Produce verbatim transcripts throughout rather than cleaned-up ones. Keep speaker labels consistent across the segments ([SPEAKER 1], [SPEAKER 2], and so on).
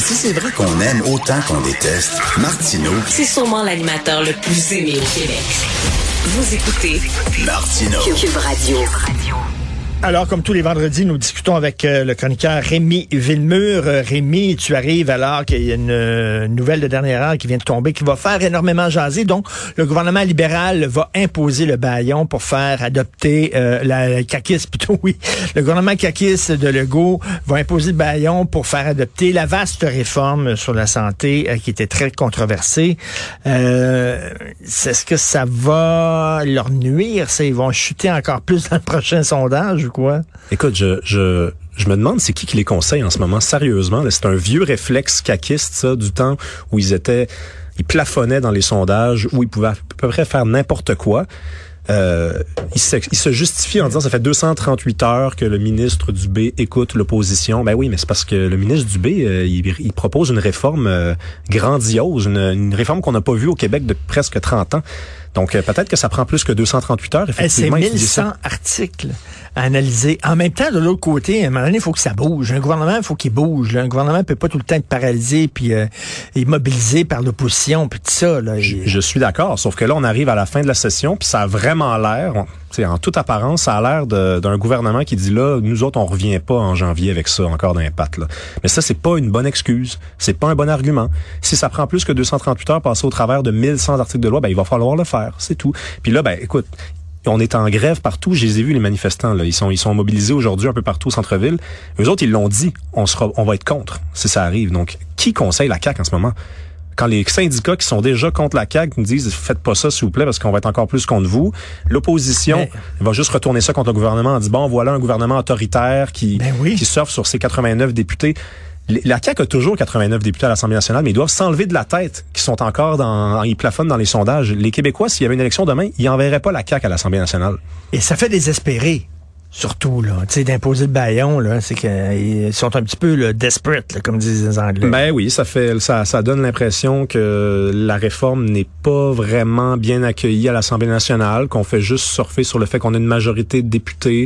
[SPEAKER 1] Si c'est vrai qu'on aime autant qu'on déteste, Martineau,
[SPEAKER 2] c'est sûrement l'animateur le plus aimé au Québec. Vous écoutez
[SPEAKER 1] Martineau.
[SPEAKER 2] Cube Radio.
[SPEAKER 3] Alors, comme tous les vendredis, nous discutons avec euh, le chroniqueur Rémi Villemure. Euh, Rémi, tu arrives alors qu'il y a une euh, nouvelle de dernière heure qui vient de tomber, qui va faire énormément jaser. Donc, le gouvernement libéral va imposer le bâillon pour faire adopter euh, la, la caquiste, plutôt, oui. Le gouvernement caquiste de Legault va imposer le bâillon pour faire adopter la vaste réforme sur la santé euh, qui était très controversée. Euh, est-ce que ça va leur nuire? Ça, ils vont chuter encore plus dans le prochain sondage? Quoi?
[SPEAKER 4] Écoute, je, je, je me demande c'est qui qui les conseille en ce moment, sérieusement. Là, c'est un vieux réflexe caquiste, ça, du temps où ils étaient, ils plafonnaient dans les sondages, où ils pouvaient à peu près faire n'importe quoi. Euh, il, se, il se justifie en disant ça fait deux cent trente-huit heures que le ministre Dubé écoute l'opposition. Ben oui, mais c'est parce que le ministre Dubé, euh, il, il propose une réforme euh, grandiose, une, une réforme qu'on n'a pas vue au Québec depuis presque trente ans. Donc, euh, peut-être que ça prend plus que deux cent trente-huit heures, effectivement.
[SPEAKER 3] C'est mille cent articles à analyser. En même temps, de l'autre côté, à un moment donné, il faut que ça bouge. Un gouvernement, il faut qu'il bouge. Là. Un gouvernement ne peut pas tout le temps être paralysé puis euh, immobilisé par l'opposition puis tout ça. Là.
[SPEAKER 4] Je, je suis d'accord, sauf que là, on arrive à la fin de la session puis ça a vraiment l'air, on, en toute apparence, ça a l'air de, d'un gouvernement qui dit là, nous autres, on revient pas en janvier avec ça, encore d'un patte. Là. Mais ça, c'est pas une bonne excuse. C'est pas un bon argument. Si ça prend plus que deux cent trente-huit heures passer au travers de mille cent articles de loi, ben il va falloir le faire. C'est tout. Puis là, ben, écoute, on est en grève partout. Je les ai vus, les manifestants, là. Ils sont, ils sont mobilisés aujourd'hui un peu partout au centre-ville. Eux autres, ils l'ont dit. On sera, on va être contre si ça arrive. Donc, qui conseille la C A Q en ce moment? Quand les syndicats qui sont déjà contre la C A Q nous disent, faites pas ça, s'il vous plaît, parce qu'on va être encore plus contre vous. L'opposition Mais... va juste retourner ça contre le gouvernement en disant, bon, voilà un gouvernement autoritaire qui, oui. qui surfe sur ses quatre-vingt-neuf députés. La C A Q a toujours quatre-vingt-neuf députés à l'Assemblée nationale, mais ils doivent s'enlever de la tête, qui sont encore dans, ils plafonnent dans les sondages. Les Québécois, s'il y avait une élection demain, ils n'enverraient pas la C A Q à l'Assemblée nationale.
[SPEAKER 3] Et ça fait désespérer. Surtout, là, tu sais, d'imposer le bâillon, là, c'est qu'ils sont un petit peu là, desperate, là, comme disent les Anglais.
[SPEAKER 4] Ben oui, ça fait, ça, ça donne l'impression que la réforme n'est pas vraiment bien accueillie à l'Assemblée nationale, qu'on fait juste surfer sur le fait qu'on a une majorité de députés.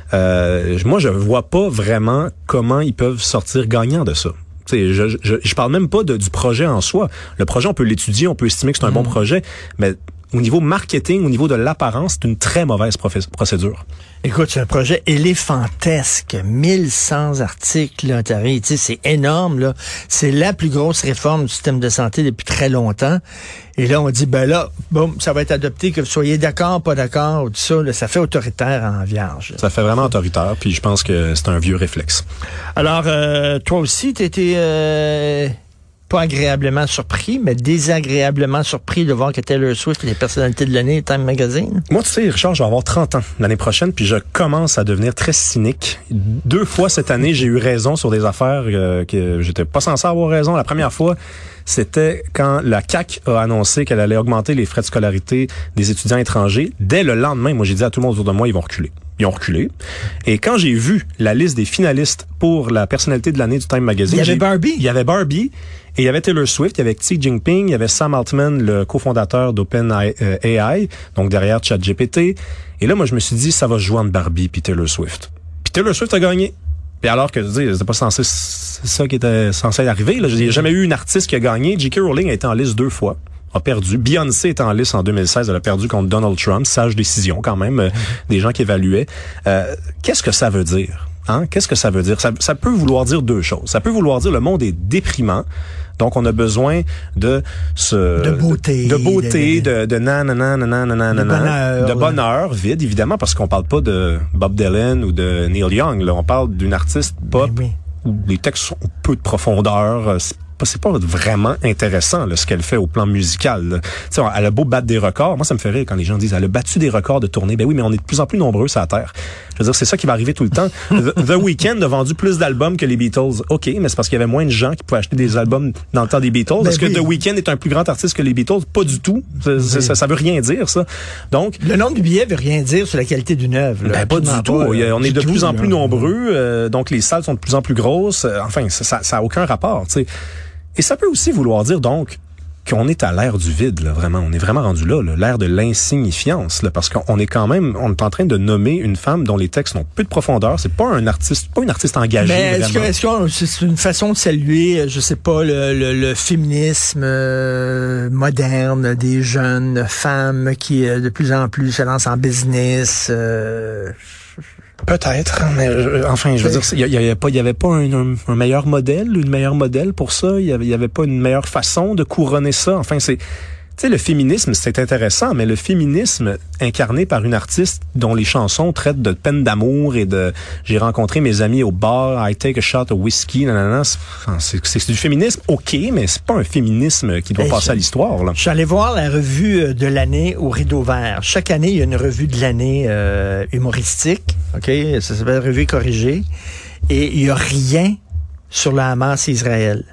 [SPEAKER 4] Euh, moi, je vois pas vraiment comment ils peuvent sortir gagnants de ça. T'sais, je, je, je parle même pas de, du projet en soi. Le projet, on peut l'étudier, on peut estimer que c'est un mmh. bon projet, mais au niveau marketing, au niveau de l'apparence, c'est une très mauvaise procédure.
[SPEAKER 3] Écoute, c'est un projet éléphantesque. mille cent articles, là, t'arrives, tu sais, c'est énorme, là. C'est la plus grosse réforme du système de santé depuis très longtemps. Et là, on dit, ben là, boum, ça va être adopté, que vous soyez d'accord, pas d'accord, tout ça, là, ça fait autoritaire en vierge.
[SPEAKER 4] Ça fait vraiment autoritaire, puis je pense que c'est un vieux réflexe.
[SPEAKER 3] Alors, euh, toi aussi, t'étais... Euh pas agréablement surpris, mais désagréablement surpris de voir que Taylor Swift est les personnalités de l'année Time Magazine.
[SPEAKER 4] Moi, tu sais, Richard, je vais avoir trente ans l'année prochaine, puis je commence à devenir très cynique. Deux fois cette année, j'ai eu raison sur des affaires euh, que j'étais pas censé avoir raison. La première fois, c'était quand la C A Q a annoncé qu'elle allait augmenter les frais de scolarité des étudiants étrangers. Dès le lendemain, moi, j'ai dit à tout le monde autour de moi, ils vont reculer. Ils ont reculé. Et quand j'ai vu la liste des finalistes pour la personnalité de l'année du Time Magazine...
[SPEAKER 3] Il y avait Barbie.
[SPEAKER 4] Il y avait Barbie, et il y avait Taylor Swift, il y avait Xi Jinping, il y avait Sam Altman, le cofondateur d'OpenAI, donc derrière ChatGPT. Et là, moi, je me suis dit, ça va se jouer entre Barbie puis Taylor Swift. Puis Taylor Swift a gagné. Puis alors que, tu sais, c'était pas censé, c'est ça qui était censé arriver. Là, j'ai jamais eu une artiste qui a gagné. J K Rowling a été en liste deux fois. A perdu. Beyoncé était en liste en deux mille seize, elle a perdu contre Donald Trump, sage décision quand même, euh, des gens qui évaluaient. Euh, qu'est-ce que ça veut dire? Hein? Qu'est-ce que ça veut dire? Ça, ça peut vouloir dire deux choses. Ça peut vouloir dire le monde est déprimant, donc on a besoin de ce...
[SPEAKER 3] De beauté.
[SPEAKER 4] De, de beauté, de, de, de nanana, nanana, nanana,
[SPEAKER 3] de bonheur.
[SPEAKER 4] De bonheur, vide, évidemment, parce qu'on parle pas de Bob Dylan ou de Neil Young, là. On parle d'une artiste pop
[SPEAKER 3] oui, oui.
[SPEAKER 4] où les textes ont peu de profondeur, c'est pas vraiment intéressant là, ce qu'elle fait au plan musical. Là. Elle a beau battre des records. Moi, ça me fait rire quand les gens disent elle a battu des records de tournée. Ben oui, mais on est de plus en plus nombreux sur la Terre. Je veux dire, c'est ça qui va arriver tout le temps. The, The Weeknd a vendu plus d'albums que les Beatles. OK, mais c'est parce qu'il y avait moins de gens qui pouvaient acheter des albums dans le temps des Beatles. Ben Est-ce oui. que The Weeknd est un plus grand artiste que les Beatles? Pas du tout. Ça, oui. ça, ça veut rien dire, ça. Donc,
[SPEAKER 3] le nombre de billets veut rien dire sur la qualité d'une œuvre.
[SPEAKER 4] Ben, pas du tout. Pas, on est de tout, plus en plus là. nombreux. Euh, donc, les salles sont de plus en plus grosses. Enfin, ça n'a aucun rapport, tu sais. Et ça peut aussi vouloir dire, donc, qu'on est à l'ère du vide, là, vraiment. On est vraiment rendu là, là l'ère de l'insignifiance, là, parce qu'on est quand même, on est en train de nommer une femme dont les textes n'ont peu de profondeur. C'est pas un artiste, pas une artiste engagée.
[SPEAKER 3] Mais est-ce que,
[SPEAKER 4] vraiment.
[SPEAKER 3] est-ce que c'est une façon de saluer, je sais pas, le, le, le féminisme euh, moderne des jeunes femmes qui, euh, de plus en plus, se lancent en business? Euh...
[SPEAKER 4] Peut-être, mais je, enfin, je veux dire, il y, y avait pas, il y avait pas un, un, un meilleur modèle, une meilleure modèle pour ça. Il y avait, il y avait pas une meilleure façon de couronner ça. Enfin, c'est, tu sais, le féminisme, c'est intéressant, mais le féminisme incarné par une artiste dont les chansons traitent de peine d'amour et de, j'ai rencontré mes amis au bar, I take a shot of whiskey, nanana, c'est, c'est, c'est du féminisme, ok, mais c'est pas un féminisme qui doit hey, passer je, à l'histoire, là.
[SPEAKER 3] Je suis allé voir la revue de l'année au Rideau Vert. Chaque année, il y a une revue de l'année euh, humoristique. OK, ça s'appelle Revue corrigée. Et il n'y a rien sur le Hamas et Israël.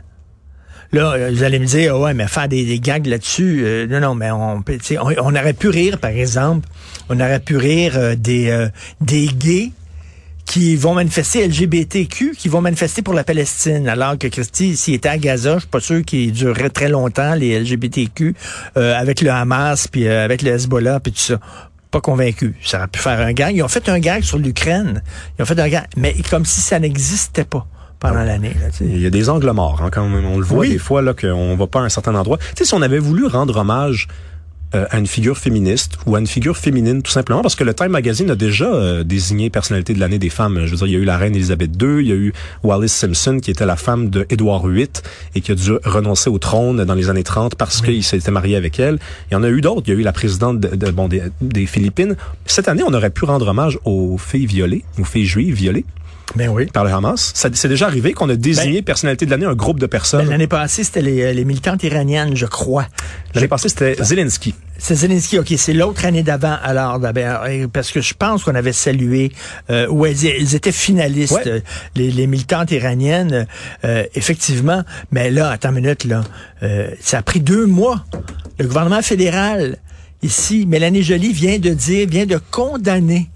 [SPEAKER 3] Là, vous allez me dire, oh ouais, mais faire des, des gags là-dessus, euh, non, non, mais on, on, on aurait pu rire, par exemple, on aurait pu rire euh, des, euh, des gays qui vont manifester L G B T Q, qui vont manifester pour la Palestine, alors que Christy, s'il était à Gaza, je suis pas sûr qu'il durerait très longtemps, les L G B T Q, euh, avec le Hamas, puis euh, avec le Hezbollah, puis tout ça. Pas convaincu. Ça aurait pu faire un gag. Ils ont fait un gag sur l'Ukraine. Ils ont fait un gag, mais comme si ça n'existait pas pendant l'année. Là,
[SPEAKER 4] il y a des angles morts, hein, quand même. On le voit oui. des fois là qu'on va pas à un certain endroit. Tu sais, si on avait voulu rendre hommage euh, à une figure féministe ou à une figure féminine, tout simplement, parce que le Time Magazine a déjà euh, désigné personnalité de l'année des femmes. Je veux dire, il y a eu la reine Elisabeth deux, il y a eu Wallis Simpson, qui était la femme de Édouard huit et qui a dû renoncer au trône dans les années trente parce oui. qu'il s'était marié avec elle. Il y en a eu d'autres. Il y a eu la présidente de, de, bon, des, des Philippines. Cette année, on aurait pu rendre hommage aux filles violées, aux filles juives violées.
[SPEAKER 3] Ben oui.
[SPEAKER 4] Par le Hamas. Ça, c'est déjà arrivé qu'on a désigné ben, personnalité de l'année un groupe de personnes.
[SPEAKER 3] Ben, l'année passée, c'était les, les militantes iraniennes, je crois.
[SPEAKER 4] L'année je... passée, c'était Zelensky.
[SPEAKER 3] C'est Zelensky, OK. C'est l'autre année d'avant, alors, parce que je pense qu'on avait salué, euh, où elles, elles étaient finalistes, ouais. euh, les, les militantes iraniennes, euh, effectivement. Mais là, attends une minute, là. Euh, ça a pris deux mois. Le gouvernement fédéral, ici, Mélanie Joly vient de dire, vient de condamner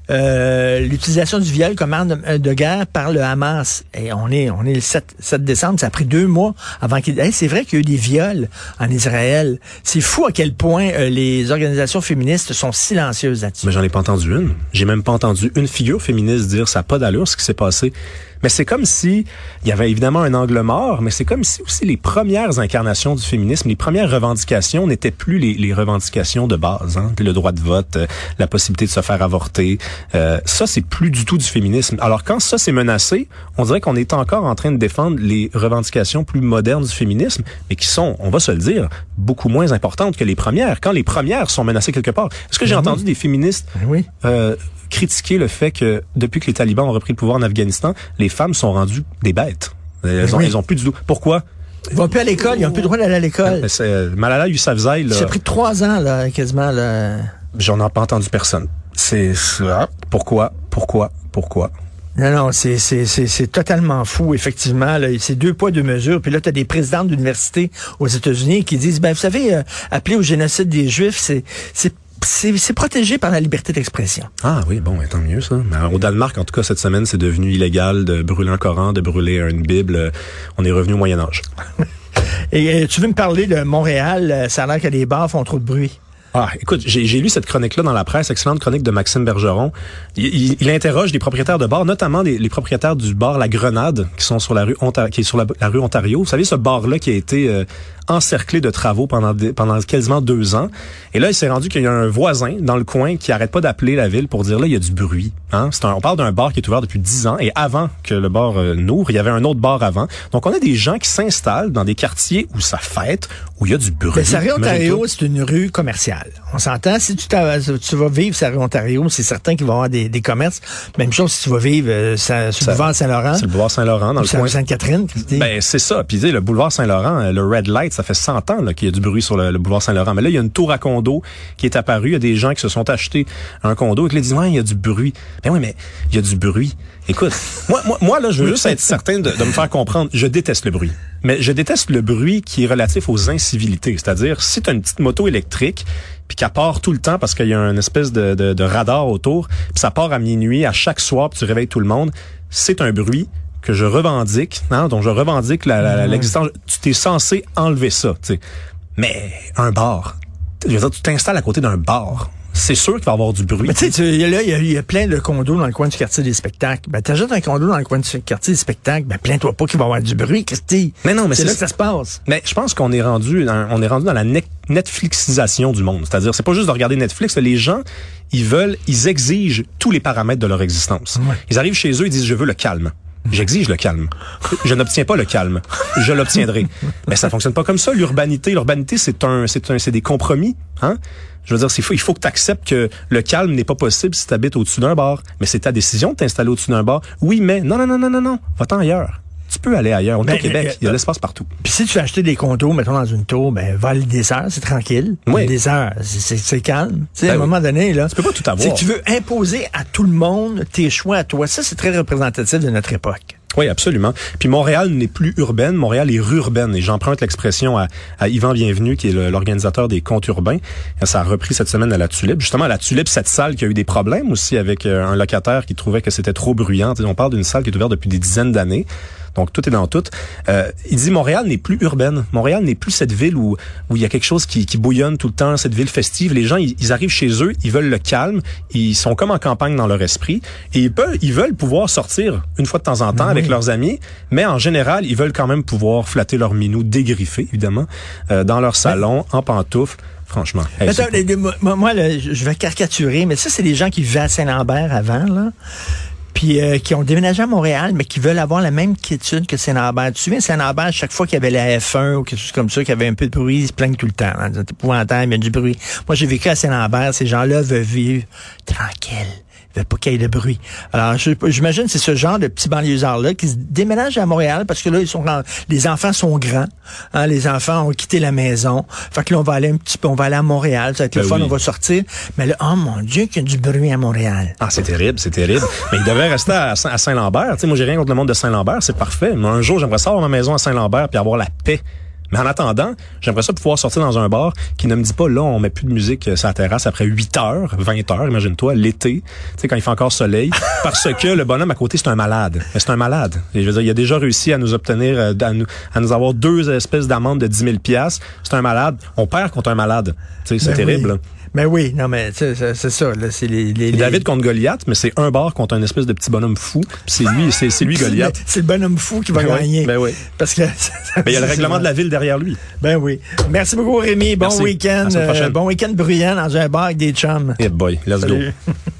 [SPEAKER 3] Euh, l'utilisation du viol comme arme de, de guerre par le Hamas. Et on est on est le sept décembre, ça a pris deux mois avant qu'il... Hey, c'est vrai qu'il y a eu des viols en Israël. C'est fou à quel point euh, les organisations féministes sont silencieuses là-dessus.
[SPEAKER 4] Mais j'en ai pas entendu une. J'ai même pas entendu une figure féministe dire ça n'a pas d'allure ce qui s'est passé. Mais c'est comme si, il y avait évidemment un angle mort, mais c'est comme si aussi les premières incarnations du féminisme, les premières revendications n'étaient plus les, les revendications de base, hein, le droit de vote, euh, la possibilité de se faire avorter. Euh, ça, c'est plus du tout du féminisme. Alors quand ça s'est menacé, on dirait qu'on est encore en train de défendre les revendications plus modernes du féminisme, mais qui sont, on va se le dire, beaucoup moins importantes que les premières. Quand les premières sont menacées quelque part. Est-ce que j'ai oui. entendu des féministes
[SPEAKER 3] oui.
[SPEAKER 4] euh, critiquer le fait que depuis que les talibans ont repris le pouvoir en Afghanistan, les femmes sont rendues des bêtes. Elles ont, oui. elles ont plus du tout. Pourquoi?
[SPEAKER 3] Ils vont plus à l'école, ils n'ont plus le droit d'aller à l'école.
[SPEAKER 4] C'est, euh, Malala Yousafzai, là.
[SPEAKER 3] Ça a pris trois ans, là, quasiment, là.
[SPEAKER 4] J'en ai pas entendu personne. C'est ça. Pourquoi? Pourquoi? Pourquoi?
[SPEAKER 3] Non, non, c'est, c'est, c'est, c'est totalement fou, effectivement. Là. C'est deux poids, deux mesures. Puis là, tu as des présidents d'université aux États-Unis qui disent, ben, vous savez, euh, appeler au génocide des Juifs, c'est, c'est C'est, c'est protégé par la liberté d'expression.
[SPEAKER 4] Ah oui, bon, tant mieux ça. Mais au Danemark, en tout cas, cette semaine, c'est devenu illégal de brûler un Coran, de brûler une Bible. On est revenu au Moyen-Âge.
[SPEAKER 3] Et euh, tu veux me parler de Montréal? Ça a l'air que les bars font trop de bruit.
[SPEAKER 4] Ah, écoute, j'ai, j'ai lu cette chronique-là dans la presse, excellente chronique de Maxime Bergeron. Il, il, il interroge des propriétaires de bars, notamment les, les propriétaires du bar La Grenade, qui sont sur la rue Ontario, qui est sur la, la rue Ontario. Vous savez, ce bar-là qui a été euh, encerclé de travaux pendant des, pendant quasiment deux ans. Et là, il s'est rendu qu'il y a un voisin dans le coin qui arrête pas d'appeler la ville pour dire là, il y a du bruit. Hein? C'est un, on parle d'un bar qui est ouvert depuis dix ans et avant que le bar euh, n'ouvre, il y avait un autre bar avant. Donc, on a des gens qui s'installent dans des quartiers où ça fête, où il y a du bruit.
[SPEAKER 3] Mais sa rue Ontario, c'est une rue commerciale. On s'entend, si tu, tu vas vivre sa rue Ontario, c'est certain qu'il va y avoir des, des commerces. Même chose si tu vas vivre euh, ça, sur ça, le boulevard Saint-Laurent.
[SPEAKER 4] C'est le boulevard Saint-Laurent, dans le coin.
[SPEAKER 3] Sainte-Catherine.
[SPEAKER 4] Ben, c'est ça. Puis, tu sais, le boulevard Saint-Laurent, le Red Light, ça fait cent ans là, qu'il y a du bruit sur le, le boulevard Saint-Laurent. Mais là, il y a une tour à condo qui est apparue. Il y a des gens qui se sont achetés un condo et qui disent, ouais, il y a du bruit. Ben oui, mais il y a du bruit. Écoute, moi, moi, moi, là, je veux juste être certain de, de me faire comprendre. Je déteste le bruit. Mais je déteste le bruit qui est relatif aux incivilités. C'est-à-dire, si tu as une petite moto électrique, puis qu'elle part tout le temps parce qu'il y a une espèce de, de, de radar autour, puis ça part à minuit, à chaque soir, puis tu réveilles tout le monde, c'est un bruit que je revendique, hein, dont je revendique la, la, l'existence. Tu t'es censé enlever ça, tu sais. Mais un bar, je veux dire, tu t'installes à côté d'un bar. C'est sûr qu'il va y avoir du bruit.
[SPEAKER 3] Mais tu sais, là, il y, y a plein de condos dans le coin du quartier des spectacles. Ben, t'achètes un condo dans le coin du quartier des spectacles, ben, plains-toi pas qu'il va y avoir du bruit, Christy.
[SPEAKER 4] Mais non, mais
[SPEAKER 3] c'est,
[SPEAKER 4] c'est
[SPEAKER 3] là que ça se passe.
[SPEAKER 4] Mais je pense qu'on est rendu, dans, on est rendu dans la net, Netflixisation du monde. C'est-à-dire, c'est pas juste de regarder Netflix. Là, les gens, ils veulent, ils exigent tous les paramètres de leur existence. Ouais. Ils arrivent chez eux, ils disent, je veux le calme. J'exige le calme. Je n'obtiens pas le calme. Je l'obtiendrai. Mais ça fonctionne pas comme ça. L'urbanité, l'urbanité, c'est un, c'est un, c'est des compromis, hein. Je veux dire, c'est fou. Il faut que tu acceptes que le calme n'est pas possible si tu habites au-dessus d'un bar. Mais c'est ta décision de t'installer au-dessus d'un bar. Oui, mais non, non, non, non, non, non. Va-t'en ailleurs. Tu peux aller ailleurs. On est ben, au Québec. Mais, il y a l'espace partout.
[SPEAKER 3] Puis si tu veux acheter des condos, mettons dans une tour, ben va à l'île des Heures, c'est tranquille. Oui. L'île des Heures, c'est, c'est, c'est calme. Tu sais, ben à un oui. moment donné, là.
[SPEAKER 4] Tu peux pas tout avoir.
[SPEAKER 3] C'est que tu veux imposer à tout le monde tes choix à toi. Ça, c'est très représentatif de notre époque.
[SPEAKER 4] Oui, absolument. Puis Montréal n'est plus urbaine, Montréal est rurbaine. Et j'emprunte l'expression à, à Yvan Bienvenu, qui est le, l'organisateur des contes urbains. Ça a repris cette semaine à la Tulipe. Justement, à la Tulipe, cette salle qui a eu des problèmes aussi avec un locataire qui trouvait que c'était trop bruyant. On parle d'une salle qui est ouverte depuis des dizaines d'années. Donc, tout est dans tout. Euh, il dit Montréal n'est plus urbaine. Montréal n'est plus cette ville où où il y a quelque chose qui, qui bouillonne tout le temps, cette ville festive. Les gens, ils, ils arrivent chez eux, ils veulent le calme, ils sont comme en campagne dans leur esprit et ils peuvent, ils veulent pouvoir sortir une fois de temps en temps oui. avec leurs amis, mais en général, ils veulent quand même pouvoir flatter leur minou dégriffé, évidemment, euh, dans leur salon, oui. en pantoufles. Franchement. Hey,
[SPEAKER 3] Attends, les, les, moi, moi là, je vais caricaturer, mais ça, c'est des gens qui vivaient à Saint-Lambert avant, là. Puis euh, qui ont déménagé à Montréal, mais qui veulent avoir la même quiétude que Saint-Lambert. Tu te souviens, Saint-Lambert, chaque fois qu'il y avait la F un ou quelque chose comme ça, qu'il y avait un peu de bruit, ils se plaignent tout le temps. Hein. C'est épouvantable, il y a du bruit. Moi, j'ai vécu à Saint-Lambert. Ces gens-là veulent vivre tranquille. Ils veulent pas qu'il y ait de bruit. Alors, je, j'imagine que c'est ce genre de petits banlieusards-là qui se déménagent à Montréal parce que là, ils sont les enfants sont grands. Hein, les enfants ont quitté la maison. Fait que là, on va aller un petit peu, on va aller à Montréal. Ça va être ben le fun, oui. on va sortir. Mais là, oh mon Dieu, qu'il y a du bruit à Montréal.
[SPEAKER 4] Ah, c'est terrible, c'est terrible. Mais il devrait rester à, à Saint-Lambert. Tu sais, moi, j'ai rien contre le monde de Saint-Lambert, c'est parfait. Mais un jour, j'aimerais ça avoir ma maison à Saint-Lambert puis avoir la paix. Mais en attendant, j'aimerais ça pouvoir sortir dans un bar qui ne me dit pas, là, on met plus de musique sur la terrasse après huit heures, vingt heures, imagine-toi, l'été, tu sais, quand il fait encore soleil, parce que le bonhomme à côté, c'est un malade. C'est un malade. Et je veux dire, il a déjà réussi à nous obtenir, à nous, à nous avoir deux espèces d'amendes de dix mille piastres. C'est un malade. On perd contre un malade. Tu sais, c'est ben terrible.
[SPEAKER 3] Oui. Mais oui, non, mais c'est, c'est ça, là, c'est les, les, les...
[SPEAKER 4] David contre Goliath, mais c'est un bar contre un espèce de petit bonhomme fou. C'est lui, c'est, c'est lui Goliath.
[SPEAKER 3] C'est le bonhomme fou qui va
[SPEAKER 4] ben
[SPEAKER 3] gagner.
[SPEAKER 4] Ben oui.
[SPEAKER 3] Parce que.
[SPEAKER 4] Ben, il y a le règlement de la ville derrière lui.
[SPEAKER 3] Ben oui. Merci beaucoup, Rémi. Bon Merci. week-end. Euh, bon week-end bruyant dans un bar avec des chums.
[SPEAKER 4] Yeah boy, let's Salut. go.